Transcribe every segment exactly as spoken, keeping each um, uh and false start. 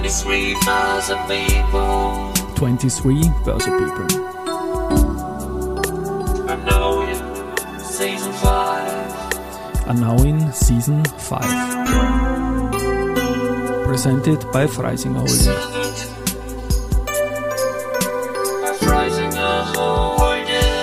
twenty-three Börse People. twenty-three Börse People. And now in season five. And now in season five. Presented by Freisinger Holding. By Freisinger Holding.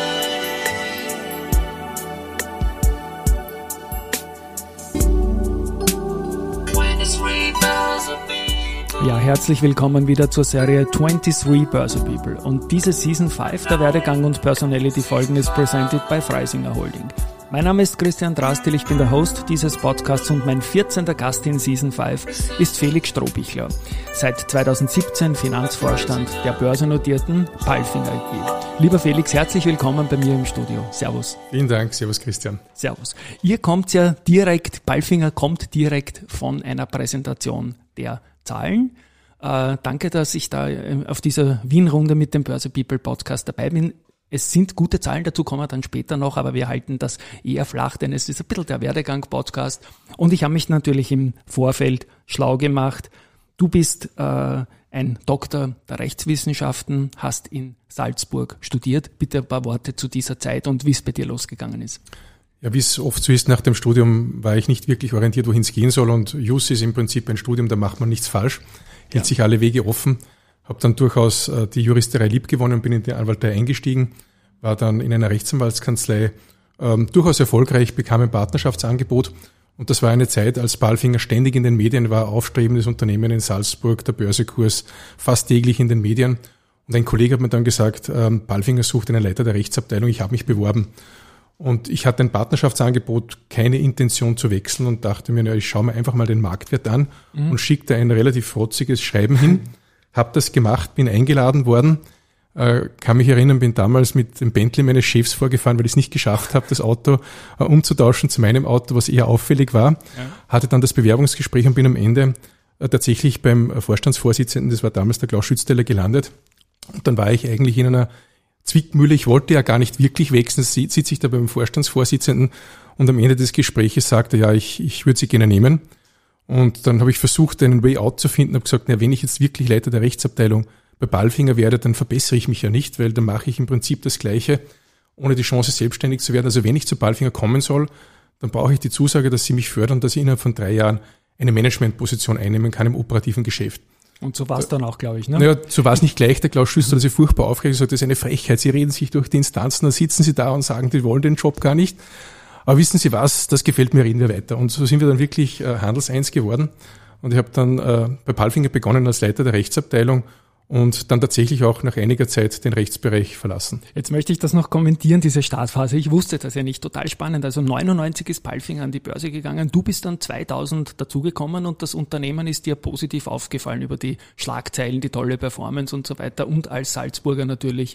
twenty-three Börse People. Ja, herzlich willkommen wieder zur Serie twenty-three Börse People. Und diese Season fünf der Werdegang und Personality Folgen ist presented by Freisinger Holding. Mein Name ist Christian Drastil, ich bin der Host dieses Podcasts und mein vierzehnter Gast in Season fünf ist Felix Strohbichler. Seit zweitausendsiebzehn Finanzvorstand der börsennotierten Palfinger A G. Lieber Felix, herzlich willkommen bei mir im Studio. Servus. Vielen Dank, servus Christian. Servus. Ihr kommt ja direkt, Palfinger kommt direkt von einer Präsentation der Zahlen. Äh, danke, dass ich da auf dieser Wien-Runde mit dem Börse People Podcast dabei bin. Es sind gute Zahlen, dazu kommen wir dann später noch, aber wir halten das eher flach, denn es ist ein bisschen der Werdegang-Podcast. Und ich habe mich natürlich im Vorfeld schlau gemacht. Du bist äh, ein Doktor der Rechtswissenschaften, hast in Salzburg studiert. Bitte ein paar Worte zu dieser Zeit und wie es bei dir losgegangen ist. Ja, wie es oft so ist, nach dem Studium war ich nicht wirklich orientiert, wohin es gehen soll. Und Jus ist im Prinzip ein Studium, da macht man nichts falsch, hielt ja. sich alle Wege offen. Habe dann durchaus äh, die Juristerei liebgewonnen und bin in die Anwaltei eingestiegen, war dann in einer Rechtsanwaltskanzlei ähm, durchaus erfolgreich, bekam ein Partnerschaftsangebot und das war eine Zeit, als Palfinger ständig in den Medien war, aufstrebendes Unternehmen in Salzburg, der Börsekurs fast täglich in den Medien und ein Kollege hat mir dann gesagt, ähm, Palfinger sucht einen Leiter der Rechtsabteilung, ich habe mich beworben und ich hatte ein Partnerschaftsangebot, keine Intention zu wechseln und dachte mir, ja, ich schaue mir einfach mal den Marktwert an mhm. und schickte ein relativ frotziges Schreiben hin. Hab das gemacht, bin eingeladen worden, äh, kann mich erinnern, bin damals mit dem Bentley meines Chefs vorgefahren, weil ich es nicht geschafft habe, das Auto äh, umzutauschen zu meinem Auto, was eher auffällig war. Ja. Hatte dann das Bewerbungsgespräch und bin am Ende äh, tatsächlich beim Vorstandsvorsitzenden, das war damals der Klaus Schützteller, gelandet. Und dann war ich eigentlich in einer Zwickmühle, ich wollte ja gar nicht wirklich wechseln, sitze ich da beim Vorstandsvorsitzenden und am Ende des Gespräches sagte, ja, ich, ich würde sie gerne nehmen. Und dann habe ich versucht, einen Way out zu finden, habe gesagt, na, wenn ich jetzt wirklich Leiter der Rechtsabteilung bei Palfinger werde, dann verbessere ich mich ja nicht, weil dann mache ich im Prinzip das Gleiche, ohne die Chance selbstständig zu werden. Also wenn ich zu Palfinger kommen soll, dann brauche ich die Zusage, dass sie mich fördern, dass ich innerhalb von drei Jahren eine Managementposition einnehmen kann im operativen Geschäft. Und so war es dann auch, glaube ich, ne? Naja, so war es nicht gleich. Der Klaus Schüssler hat sich furchtbar aufgeregt und gesagt, das ist eine Frechheit. Sie reden sich durch die Instanzen, dann sitzen Sie da und sagen, die wollen den Job gar nicht. Aber wissen Sie was, das gefällt mir, reden wir weiter. Und so sind wir dann wirklich äh, handelseins geworden. Und ich habe dann äh, bei Palfinger begonnen als Leiter der Rechtsabteilung und dann tatsächlich auch nach einiger Zeit den Rechtsbereich verlassen. Jetzt möchte ich das noch kommentieren, diese Startphase. Ich wusste das ja nicht, total spannend. Also neunundneunzig ist Palfinger an die Börse gegangen. Du bist dann zweitausend dazugekommen und das Unternehmen ist dir positiv aufgefallen über die Schlagzeilen, die tolle Performance und so weiter. Und als Salzburger natürlich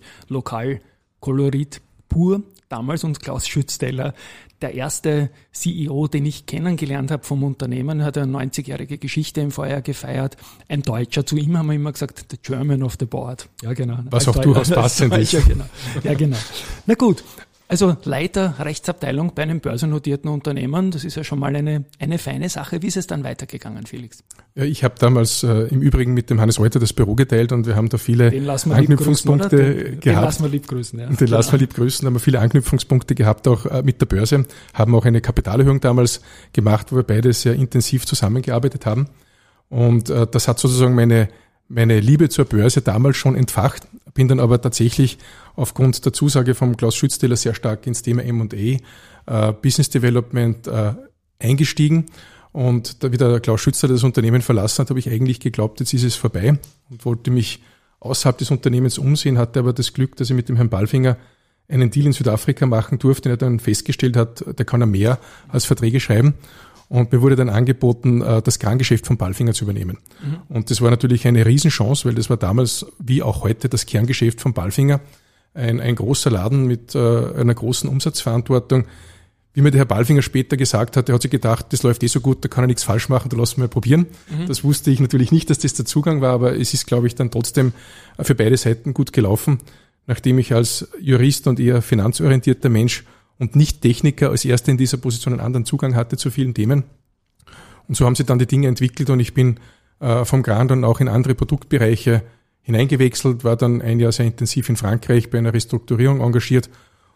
Lokalkolorit pur. Damals und Klaus Schützteller, der erste C E O, den ich kennengelernt habe vom Unternehmen, hat eine neunzigjährige Geschichte im Vorjahr gefeiert. Ein Deutscher, zu ihm haben wir immer gesagt, the German of the board. Ja, genau. Was auch durchaus passend ist. Ja, genau. Ja, genau. Na gut. Also Leiter Rechtsabteilung bei einem börsennotierten Unternehmen, das ist ja schon mal eine, eine feine Sache. Wie ist es dann weitergegangen, Felix? Ja, ich habe damals äh, im Übrigen mit dem Hannes Reuter das Büro geteilt und wir haben da viele Anknüpfungspunkte den, gehabt. Den lassen wir lieb grüßen. Ja. Den genau. lassen wir lieb grüßen, haben wir viele Anknüpfungspunkte gehabt, auch äh, mit der Börse, haben auch eine Kapitalerhöhung damals gemacht, wo wir beide sehr intensiv zusammengearbeitet haben. Und äh, das hat sozusagen meine meine Liebe zur Börse damals schon entfacht, bin dann aber tatsächlich aufgrund der Zusage vom Klaus Schützteller sehr stark ins Thema M und A, äh, Business Development äh, eingestiegen und da wieder der Klaus Schützteller das Unternehmen verlassen hat, habe ich eigentlich geglaubt, jetzt ist es vorbei und wollte mich außerhalb des Unternehmens umsehen, hatte aber das Glück, dass ich mit dem Herrn Palfinger einen Deal in Südafrika machen durfte, den er dann festgestellt hat, der kann er mehr als Verträge schreiben. Und mir wurde dann angeboten, das Kerngeschäft von Palfinger zu übernehmen. Mhm. Und das war natürlich eine Riesenchance, weil das war damals, wie auch heute, das Kerngeschäft von Palfinger. Ein, ein großer Laden mit äh, einer großen Umsatzverantwortung. Wie mir der Herr Palfinger später gesagt hat, er hat sich gedacht, das läuft eh so gut, da kann er nichts falsch machen, da lassen wir mal probieren. Mhm. Das wusste ich natürlich nicht, dass das der Zugang war, aber es ist, glaube ich, dann trotzdem für beide Seiten gut gelaufen, nachdem ich als Jurist und eher finanzorientierter Mensch und nicht Techniker als erster in dieser Position einen anderen Zugang hatte zu vielen Themen. Und so haben sich dann die Dinge entwickelt und ich bin äh, vom Gran dann auch in andere Produktbereiche hineingewechselt, war dann ein Jahr sehr intensiv in Frankreich bei einer Restrukturierung engagiert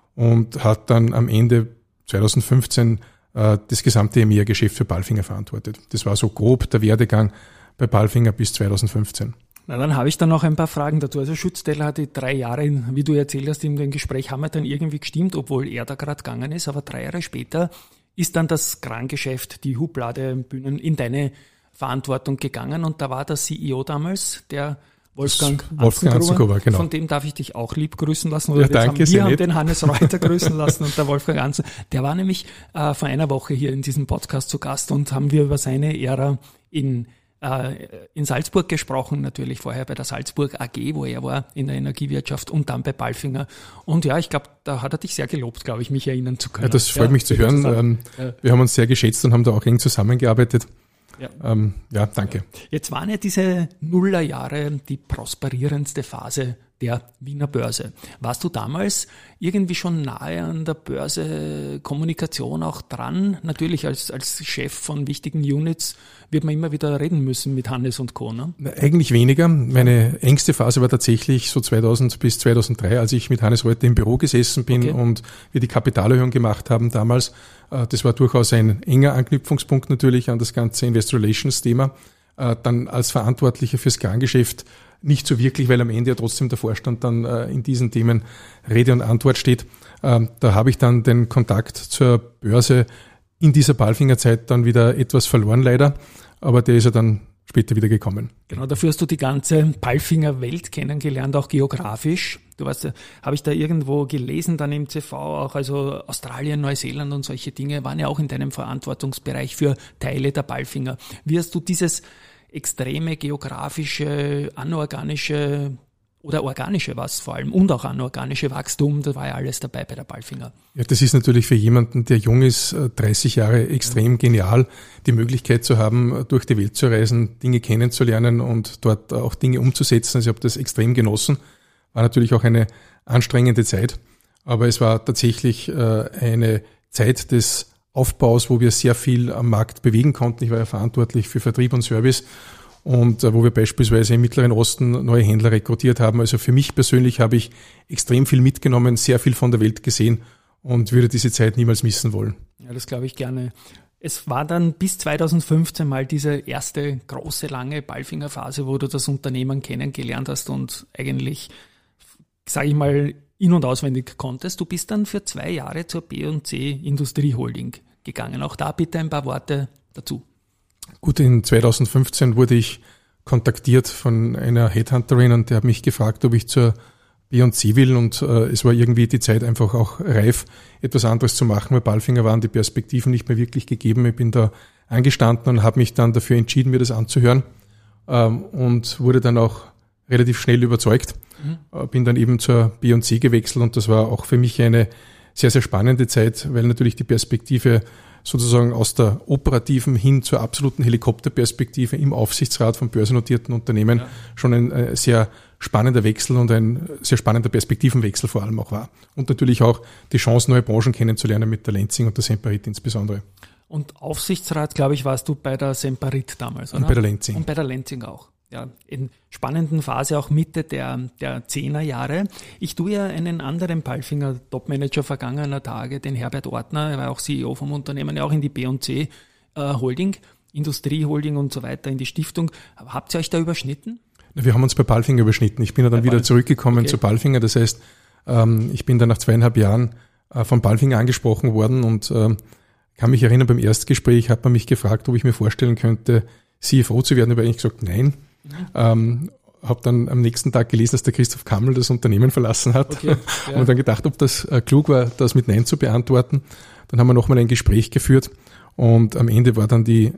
und hat dann am Ende zwanzig fünfzehn äh, das gesamte E M E A-Geschäft für Palfinger verantwortet. Das war so grob der Werdegang bei Palfinger bis zwanzig fünfzehn. Na, dann habe ich dann noch ein paar Fragen dazu. Also Schutzteller hat die drei Jahre, wie du erzählt hast, in dem Gespräch haben wir dann irgendwie gestimmt, obwohl er da gerade gegangen ist, aber drei Jahre später ist dann das Gran-Geschäft, die Hubladebühnen in deine Verantwortung gegangen und da war der C E O damals, der Wolfgang, Wolfgang Anzengruber, genau. Von dem darf ich dich auch lieb grüßen lassen. Oder ja, danke, haben, wir haben nett. den Hannes Reuter grüßen lassen und der Wolfgang Anzen. Der war nämlich äh, vor einer Woche hier in diesem Podcast zu Gast und haben wir über seine Ära in äh, in Salzburg gesprochen, natürlich vorher bei der Salzburg A G, wo er war in der Energiewirtschaft und dann bei Palfinger. Und ja, ich glaube, da hat er dich sehr gelobt, glaube ich, mich erinnern zu können. Ja, das freut ja, mich zu hören. Ähm, ja. Wir haben uns sehr geschätzt und haben da auch eng zusammengearbeitet. Ja. Ähm, ja, danke. Jetzt waren ja diese Nullerjahre die prosperierendste Phase der Wiener Börse. Warst du damals irgendwie schon nahe an der Börse Kommunikation auch dran? Natürlich als, als Chef von wichtigen Units wird man immer wieder reden müssen mit Hannes und Co. Ne? Eigentlich weniger. Meine engste Phase war tatsächlich so zweitausend bis zweitausenddrei, als ich mit Hannes Reuter im Büro gesessen bin okay. und wir die Kapitalerhöhung gemacht haben damals. Das war durchaus ein enger Anknüpfungspunkt natürlich an das ganze Investor Relations Thema. Dann als Verantwortlicher fürs Krangeschäft nicht so wirklich, weil am Ende ja trotzdem der Vorstand dann in diesen Themen Rede und Antwort steht. Da habe ich dann den Kontakt zur Börse in dieser Palfinger Zeit dann wieder etwas verloren leider, aber der ist ja dann später wieder gekommen. Genau, dafür hast du die ganze Palfinger Welt kennengelernt, auch geografisch. Du weißt, habe ich da irgendwo gelesen, dann im C V auch, also Australien, Neuseeland und solche Dinge waren ja auch in deinem Verantwortungsbereich für Teile der Palfinger. Wie hast du dieses extreme geografische, anorganische oder organische was vor allem und auch anorganische Wachstum, da war ja alles dabei bei der Palfinger. Ja, das ist natürlich für jemanden, der jung ist, dreißig Jahre extrem genial, die Möglichkeit zu haben, durch die Welt zu reisen, Dinge kennenzulernen und dort auch Dinge umzusetzen. Also ich habe das extrem genossen. War natürlich auch eine anstrengende Zeit, aber es war tatsächlich eine Zeit des Aufbaus, wo wir sehr viel am Markt bewegen konnten. Ich war ja verantwortlich für Vertrieb und Service und wo wir beispielsweise im Mittleren Osten neue Händler rekrutiert haben. Also für mich persönlich habe ich extrem viel mitgenommen, sehr viel von der Welt gesehen und würde diese Zeit niemals missen wollen. Ja, das glaube ich gerne. Es war dann bis zweitausendfünfzehn mal diese erste große, lange Palfinger-Phase, wo du das Unternehmen kennengelernt hast und eigentlich, sage ich mal, in- und auswendig konntest. Du bist dann für zwei Jahre zur B und C Industrieholding gegangen. Auch da bitte ein paar Worte dazu. Gut, in zweitausendfünfzehn wurde ich kontaktiert von einer Headhunterin und der hat mich gefragt, ob ich zur B und C will und äh, es war irgendwie die Zeit einfach auch reif, etwas anderes zu machen, weil Palfinger waren die Perspektiven nicht mehr wirklich gegeben. Ich bin da angestanden und habe mich dann dafür entschieden, mir das anzuhören ähm, und wurde dann auch relativ schnell überzeugt. Mhm. Bin dann eben zur B und C gewechselt und das war auch für mich eine sehr, sehr spannende Zeit, weil natürlich die Perspektive sozusagen aus der operativen hin zur absoluten Helikopterperspektive im Aufsichtsrat von börsennotierten Unternehmen ja. schon ein äh, sehr spannender Wechsel und ein sehr spannender Perspektivenwechsel vor allem auch war. Und natürlich auch die Chance, neue Branchen kennenzulernen mit der Lenzing und der Semperit insbesondere. Und Aufsichtsrat, glaube ich, warst du bei der Semperit damals, oder? Und bei der Lenzing. Und bei der Lenzing auch. Ja, in spannenden Phase auch Mitte der, der Zehnerjahre. Ich tue ja einen anderen Palfinger Topmanager vergangener Tage, den Herbert Ortner, er war auch C E O vom Unternehmen, ja auch in die B und C äh, Holding, Industrieholding und so weiter, in die Stiftung. Habt ihr euch da überschnitten? Wir haben uns bei Palfinger überschnitten. Ich bin ja dann bei wieder Pal- zurückgekommen okay. zu Palfinger. Das heißt, ähm, ich bin dann nach zweieinhalb Jahren äh, von Palfinger angesprochen worden und äh, kann mich erinnern, beim Erstgespräch hat man mich gefragt, ob ich mir vorstellen könnte, C F O zu werden. Ich habe eigentlich gesagt, nein. Mhm. Ähm, habe dann am nächsten Tag gelesen, dass der Christoph Kammel das Unternehmen verlassen hat okay, ja. und dann gedacht, ob das äh, klug war, das mit Nein zu beantworten. Dann haben wir nochmal ein Gespräch geführt und am Ende war dann die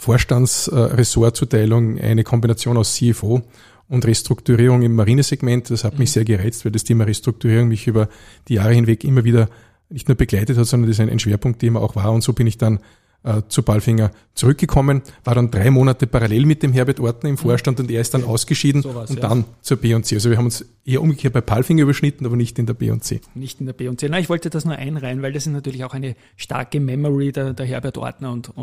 Vorstandsressortzuteilung äh, eine Kombination aus C F O und Restrukturierung im Marinesegment. Das hat mhm. mich sehr gereizt, weil das Thema Restrukturierung mich über die Jahre hinweg immer wieder nicht nur begleitet hat, sondern das ein, ein Schwerpunktthema auch war und so bin ich dann äh, zu Palfinger zurückgekommen, war dann drei Monate parallel mit dem Herbert Ortner im Vorstand und er ist dann okay. ausgeschieden so was, und ja. dann zur B und C. Also wir haben uns eher umgekehrt bei Palfinger überschnitten, aber nicht in der B und C. Nicht in der B und C. Na, ich wollte das nur einreihen, weil das ist natürlich auch eine starke Memory der, der Herbert Ortner und, und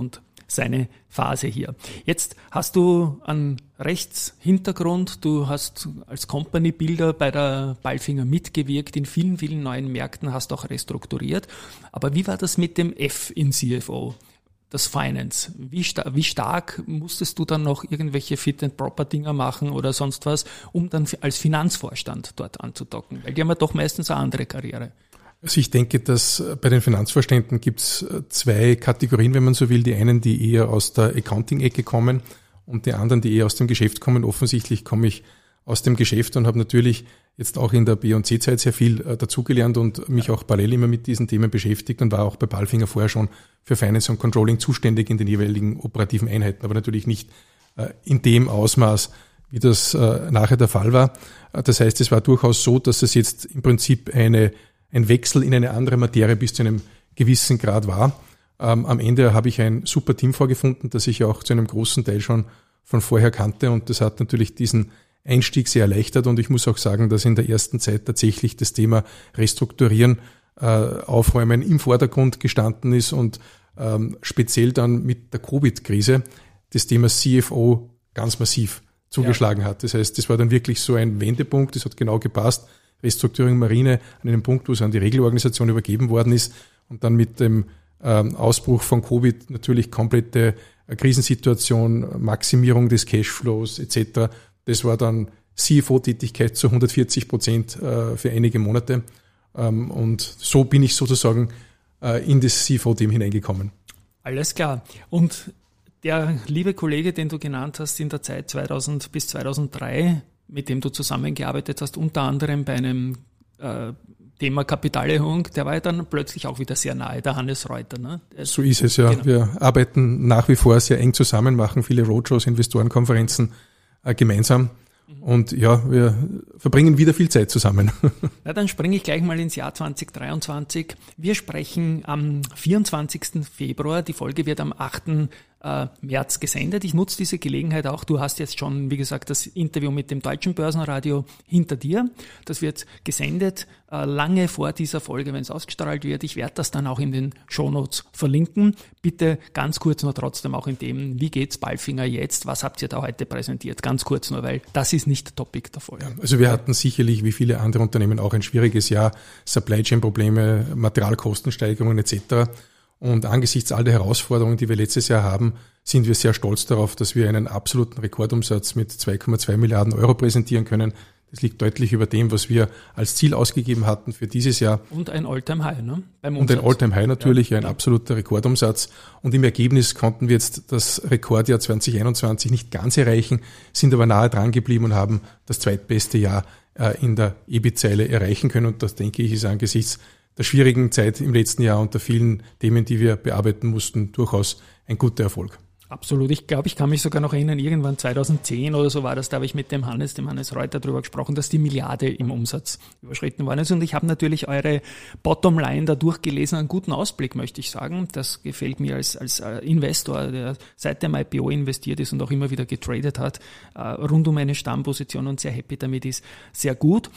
seine Phase hier. Jetzt hast du einen Rechtshintergrund, du hast als Company Builder bei der Palfinger mitgewirkt in vielen, vielen neuen Märkten, hast auch restrukturiert. Aber wie war das mit dem F in C F O? Das Finance. Wie, sta- wie stark musstest du dann noch irgendwelche Fit-and-Proper-Dinger machen oder sonst was, um dann als Finanzvorstand dort anzudocken? Weil die haben ja doch meistens eine andere Karriere. Also ich denke, dass bei den Finanzvorständen gibt es zwei Kategorien, wenn man so will. Die einen, die eher aus der Accounting-Ecke kommen und die anderen, die eher aus dem Geschäft kommen. Offensichtlich komme ich aus dem Geschäft und habe natürlich jetzt auch in der B und C-Zeit sehr viel äh, dazugelernt und mich auch parallel immer mit diesen Themen beschäftigt und war auch bei Palfinger vorher schon für Finance und Controlling zuständig in den jeweiligen operativen Einheiten, aber natürlich nicht äh, in dem Ausmaß, wie das äh, nachher der Fall war. Äh, das heißt, es war durchaus so, dass es jetzt im Prinzip eine, ein Wechsel in eine andere Materie bis zu einem gewissen Grad war. Ähm, am Ende habe ich ein super Team vorgefunden, das ich auch zu einem großen Teil schon von vorher kannte und das hat natürlich diesen Einstieg sehr erleichtert und ich muss auch sagen, dass in der ersten Zeit tatsächlich das Thema Restrukturieren, äh, Aufräumen im Vordergrund gestanden ist und ähm, speziell dann mit der Covid-Krise das Thema C F O ganz massiv zugeschlagen ja. hat. Das heißt, das war dann wirklich so ein Wendepunkt, das hat genau gepasst. Restrukturierung Marine an einem Punkt, wo es an die Regelorganisation übergeben worden ist und dann mit dem ähm, Ausbruch von Covid natürlich komplette äh, Krisensituation, Maximierung des Cashflows et cetera. Das war dann C F O-Tätigkeit zu hundertvierzig Prozent äh, für einige Monate. Ähm, und so bin ich sozusagen äh, in das C F O-Team hineingekommen. Alles klar. Und der liebe Kollege, den du genannt hast in der Zeit zweitausend bis zweitausenddrei, mit dem du zusammengearbeitet hast, unter anderem bei einem äh, Thema Kapitalerhöhung, der war ja dann plötzlich auch wieder sehr nahe, der Hannes Reuter. Ne? So ist es ja. Genau. Wir arbeiten nach wie vor sehr eng zusammen, machen viele Roadshows, Investorenkonferenzen äh, gemeinsam. Und ja, wir verbringen wieder viel Zeit zusammen. Na, dann springe ich gleich mal ins Jahr zwanzig dreiundzwanzig. Wir sprechen am vierundzwanzigsten Februar. Die Folge wird am achten März gesendet. Ich nutze diese Gelegenheit auch. Du hast jetzt schon, wie gesagt, das Interview mit dem Deutschen Börsenradio hinter dir. Das wird gesendet äh, lange vor dieser Folge, wenn es ausgestrahlt wird. Ich werde das dann auch in den Shownotes verlinken. Bitte ganz kurz nur trotzdem auch in dem, wie geht's Palfinger jetzt? Was habt ihr da heute präsentiert? Ganz kurz nur, weil das ist nicht Topic der Folge. Ja, also wir hatten sicherlich, wie viele andere Unternehmen, auch ein schwieriges Jahr. Supply Chain Probleme, Materialkostensteigerungen et cetera. Und angesichts all der Herausforderungen, die wir letztes Jahr haben, sind wir sehr stolz darauf, dass wir einen absoluten Rekordumsatz mit zwei Komma zwei Milliarden Euro präsentieren können. Das liegt deutlich über dem, was wir als Ziel ausgegeben hatten für dieses Jahr. Und ein All-Time-High, ne? Beim Und ein All-Time-High natürlich, ja, ein ja. absoluter Rekordumsatz. Und im Ergebnis konnten wir jetzt das Rekordjahr zwanzig einundzwanzig nicht ganz erreichen, sind aber nahe dran geblieben und haben das zweitbeste Jahr äh, in der E B I T-Zeile erreichen können. Und das, denke ich, ist angesichts der schwierigen Zeit im letzten Jahr und der vielen Themen, die wir bearbeiten mussten, durchaus ein guter Erfolg. Absolut. Ich glaube, ich kann mich sogar noch erinnern, irgendwann zweitausendzehn oder so war das, da habe ich mit dem Hannes, dem Hannes Reuter darüber gesprochen, dass die Milliarde im Umsatz überschritten worden ist. Und ich habe natürlich eure Bottomline da durchgelesen, einen guten Ausblick, möchte ich sagen. Das gefällt mir als, als Investor, der seit dem I P O investiert ist und auch immer wieder getradet hat, rund um eine Stammposition und sehr happy damit ist, sehr gut.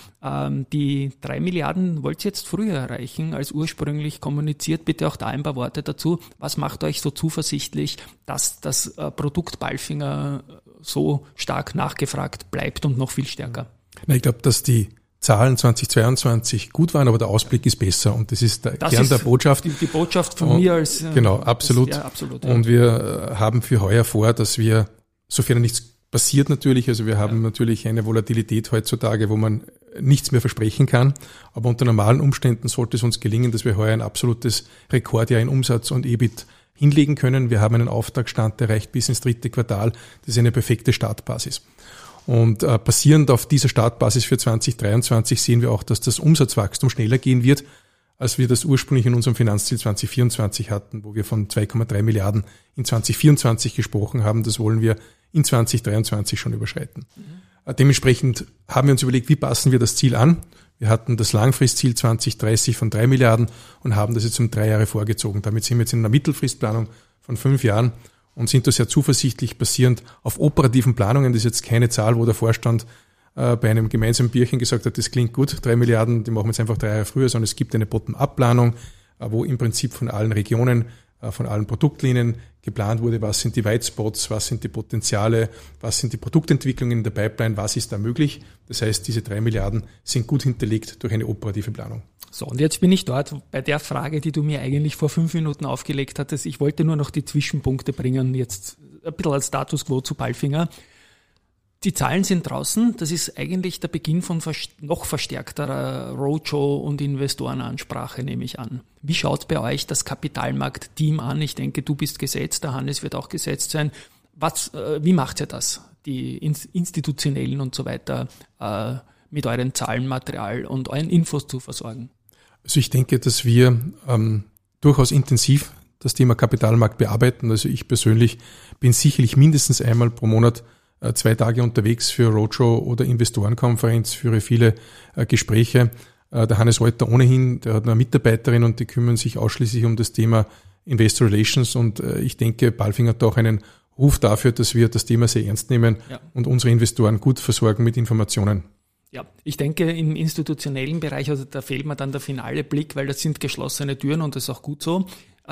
Die drei Milliarden wollt ihr jetzt früher erreichen als ursprünglich kommuniziert. Bitte auch da ein paar Worte dazu. Was macht euch so zuversichtlich, dass das Produkt Palfinger so stark nachgefragt bleibt und noch viel stärker? Na, ich glaube, dass die Zahlen zweitausendzweiundzwanzig gut waren, aber der Ausblick ist besser und das ist der das Kern ist der Botschaft. Die, die Botschaft von und, mir als... Genau, absolut. Ist, ja, absolut ja. Und wir haben für heuer vor, dass wir, sofern nichts passiert natürlich, also wir haben ja. natürlich eine Volatilität heutzutage, wo man nichts mehr versprechen kann, aber unter normalen Umständen sollte es uns gelingen, dass wir heuer ein absolutes Rekordjahr in Umsatz und E B I T hinlegen können. Wir haben einen Auftragsstand erreicht bis ins dritte Quartal. Das ist eine perfekte Startbasis. Und äh, basierend auf dieser Startbasis für zwanzig dreiundzwanzig sehen wir auch, dass das Umsatzwachstum schneller gehen wird, als wir das ursprünglich in unserem Finanzziel zwanzig vierundzwanzig hatten, wo wir von zwei Komma drei Milliarden in zwanzig vierundzwanzig gesprochen haben. Das wollen wir in zwanzig dreiundzwanzig schon überschreiten. Mhm. Äh, dementsprechend haben wir uns überlegt, wie passen wir das Ziel an? Wir hatten das Langfristziel zwanzig dreißig von drei Milliarden und haben das jetzt um drei Jahre vorgezogen. Damit sind wir jetzt in einer Mittelfristplanung von fünf Jahren und sind da sehr zuversichtlich basierend auf operativen Planungen. Das ist jetzt keine Zahl, wo der Vorstand äh, bei einem gemeinsamen Bierchen gesagt hat, das klingt gut, drei Milliarden, die machen wir jetzt einfach drei Jahre früher, sondern es gibt eine Bottom-up-Planung, äh, wo im Prinzip von allen Regionen, äh, von allen Produktlinien geplant wurde, was sind die White Spots, was sind die Potenziale, was sind die Produktentwicklungen in der Pipeline, was ist da möglich. Das heißt, diese drei Milliarden sind gut hinterlegt durch eine operative Planung. So, und jetzt bin ich dort bei der Frage, die du mir eigentlich vor fünf Minuten aufgelegt hattest. Ich wollte nur noch die Zwischenpunkte bringen, jetzt ein bisschen als Status Quo zu Palfinger. Die Zahlen sind draußen. Das ist eigentlich der Beginn von noch verstärkterer Roadshow- und Investorenansprache, nehme ich an. Wie schaut bei euch das Kapitalmarkt-Team an? Ich denke, du bist gesetzt, der Hannes wird auch gesetzt sein. Was, äh, wie macht ihr das, die Institutionellen und so weiter, äh, mit euren Zahlenmaterial und euren Infos zu versorgen? Also ich denke, dass wir ähm, durchaus intensiv das Thema Kapitalmarkt bearbeiten. Also ich persönlich bin sicherlich mindestens einmal pro Monat zwei Tage unterwegs für Roadshow oder Investorenkonferenz, führe viele äh, Gespräche. Äh, der Hannes Reuter ohnehin, der hat eine Mitarbeiterin und die kümmern sich ausschließlich um das Thema Investor Relations und äh, ich denke, Palfinger hat auch einen Ruf dafür, dass wir das Thema sehr ernst nehmen ja. und unsere Investoren gut versorgen mit Informationen. Ja, ich denke, im institutionellen Bereich, also da fehlt mir dann der finale Blick, weil das sind geschlossene Türen und das ist auch gut so.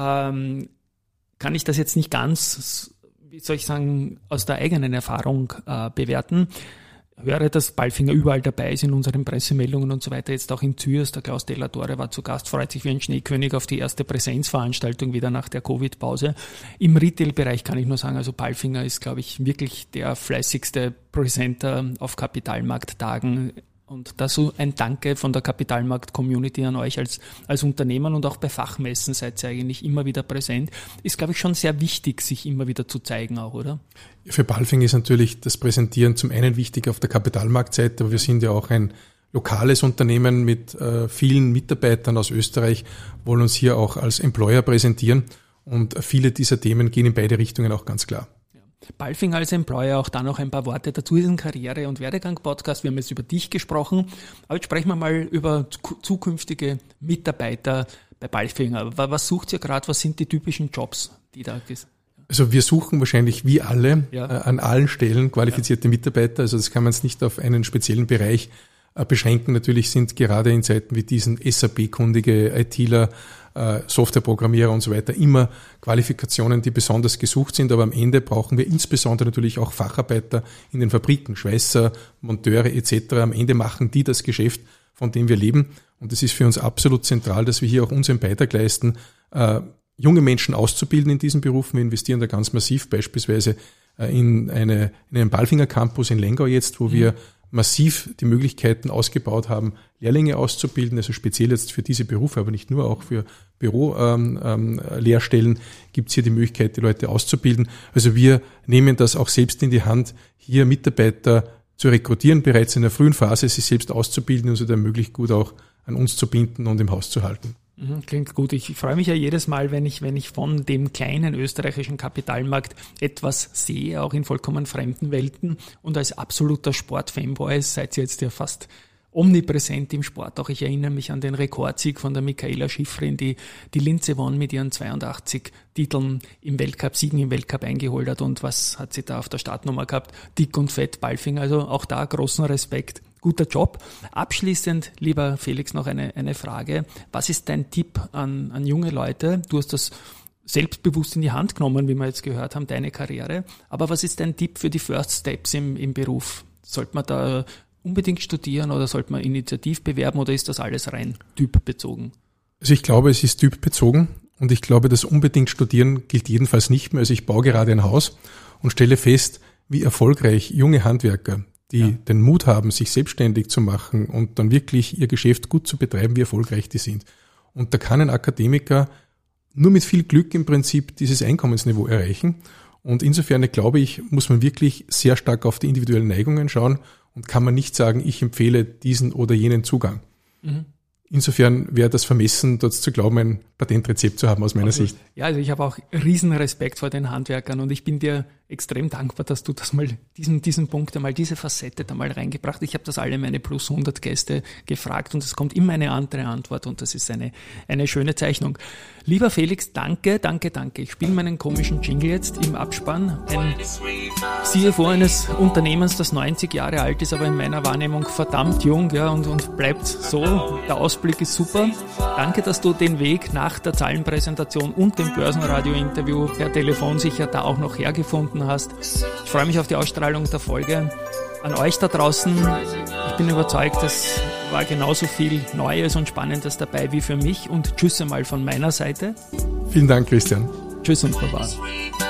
Ähm, kann ich das jetzt nicht ganz, wie soll ich sagen, aus der eigenen Erfahrung äh, bewerten. Höre, dass Palfinger überall dabei ist in unseren Pressemeldungen und so weiter, jetzt auch in Zürs. Der Klaus Della Torre war zu Gast, freut sich wie ein Schneekönig auf die erste Präsenzveranstaltung wieder nach der Covid-Pause. Im Retail-Bereich kann ich nur sagen, also Palfinger ist, glaube ich, wirklich der fleißigste Präsenter auf Kapitalmarkttagen. Und da so ein Danke von der Kapitalmarkt-Community an euch als, als Unternehmen und auch bei Fachmessen seid ihr eigentlich immer wieder präsent. Ist, glaube ich, schon sehr wichtig, sich immer wieder zu zeigen auch, oder? Für Palfinger ist natürlich das Präsentieren zum einen wichtig auf der Kapitalmarktseite, aber wir sind ja auch ein lokales Unternehmen mit äh, vielen Mitarbeitern aus Österreich, wollen uns hier auch als Employer präsentieren und viele dieser Themen gehen in beide Richtungen auch ganz klar. Palfinger als Employer, auch da noch ein paar Worte dazu, ist ein Karriere- und Werdegang-Podcast. Wir haben jetzt über dich gesprochen, aber jetzt sprechen wir mal über zukünftige Mitarbeiter bei Palfinger. Was sucht ihr gerade? Was sind die typischen Jobs, die da sind? Also wir suchen wahrscheinlich wie alle ja. äh, an allen Stellen qualifizierte ja. Mitarbeiter. Also das kann man jetzt nicht auf einen speziellen Bereich äh, beschränken. Natürlich sind gerade in Zeiten wie diesen S A P-kundige ITler, Softwareprogrammierer und so weiter, immer Qualifikationen, die besonders gesucht sind, aber am Ende brauchen wir insbesondere natürlich auch Facharbeiter in den Fabriken, Schweißer, Monteure et cetera. Am Ende machen die das Geschäft, von dem wir leben und es ist für uns absolut zentral, dass wir hier auch unseren Beitrag leisten, äh, junge Menschen auszubilden in diesen Berufen. Wir investieren da ganz massiv, beispielsweise äh, in, eine, in einen Palfinger Campus in Lengau jetzt, wo mhm. wir massiv die Möglichkeiten ausgebaut haben, Lehrlinge auszubilden, also speziell jetzt für diese Berufe, aber nicht nur, auch für Büro-Lehrstellen ähm, ähm, gibt es hier die Möglichkeit, die Leute auszubilden. Also wir nehmen das auch selbst in die Hand, hier Mitarbeiter zu rekrutieren, bereits in der frühen Phase sie selbst auszubilden und sie dann möglichst gut auch an uns zu binden und im Haus zu halten. Klingt gut. Ich freue mich ja jedes Mal, wenn ich, wenn ich von dem kleinen österreichischen Kapitalmarkt etwas sehe, auch in vollkommen fremden Welten. Und als absoluter Sportfanboy seid ihr jetzt ja fast omnipräsent im Sport. Auch ich erinnere mich an den Rekordsieg von der Michaela Schifrin, die die Linz Vonn mit ihren zweiundachtzig Titeln im Weltcup, Siegen im Weltcup eingeholt hat. Und was hat sie da auf der Startnummer gehabt? Dick und fett Palfinger. Also auch da großen Respekt. Guter Job. Abschließend, lieber Felix, noch eine, eine Frage. Was ist dein Tipp an, an junge Leute? Du hast das selbstbewusst in die Hand genommen, wie wir jetzt gehört haben, deine Karriere. Aber was ist dein Tipp für die First Steps im, im Beruf? Sollte man da unbedingt studieren oder sollte man initiativ bewerben oder ist das alles rein typbezogen? Also ich glaube, es ist typbezogen und ich glaube, das unbedingt Studieren gilt jedenfalls nicht mehr. Also ich baue gerade ein Haus und stelle fest, wie erfolgreich junge Handwerker, die ja. den Mut haben, sich selbstständig zu machen und dann wirklich ihr Geschäft gut zu betreiben, wie erfolgreich die sind. Und da kann ein Akademiker nur mit viel Glück im Prinzip dieses Einkommensniveau erreichen. Und insofern, glaube ich, muss man wirklich sehr stark auf die individuellen Neigungen schauen und kann man nicht sagen, ich empfehle diesen oder jenen Zugang. Mhm. Insofern wäre das vermessen, dort zu glauben, ein Patentrezept zu haben aus meiner Absolut. Sicht. Ja, also ich habe auch riesen Respekt vor den Handwerkern und ich bin dir extrem dankbar, dass du das mal, diesen, diesen Punkt einmal, diese Facette da mal reingebracht. Ich habe das alle meine plus hundert Gäste gefragt und es kommt immer eine andere Antwort und das ist eine, eine schöne Zeichnung. Lieber Felix, danke, danke, danke. Ich spiele meinen komischen Jingle jetzt im Abspann. Ein C F O eines Unternehmens, das neunzig Jahre alt ist, aber in meiner Wahrnehmung verdammt jung, ja, und, und bleibt so. Der Ausblick Ausblick ist super. Danke, dass du den Weg nach der Zahlenpräsentation und dem Börsenradio-Interview per Telefon sicher da auch noch hergefunden hast. Ich freue mich auf die Ausstrahlung der Folge. An euch da draußen, ich bin überzeugt, es war genauso viel Neues und Spannendes dabei wie für mich und tschüss einmal von meiner Seite. Vielen Dank, Christian. Tschüss und Baba.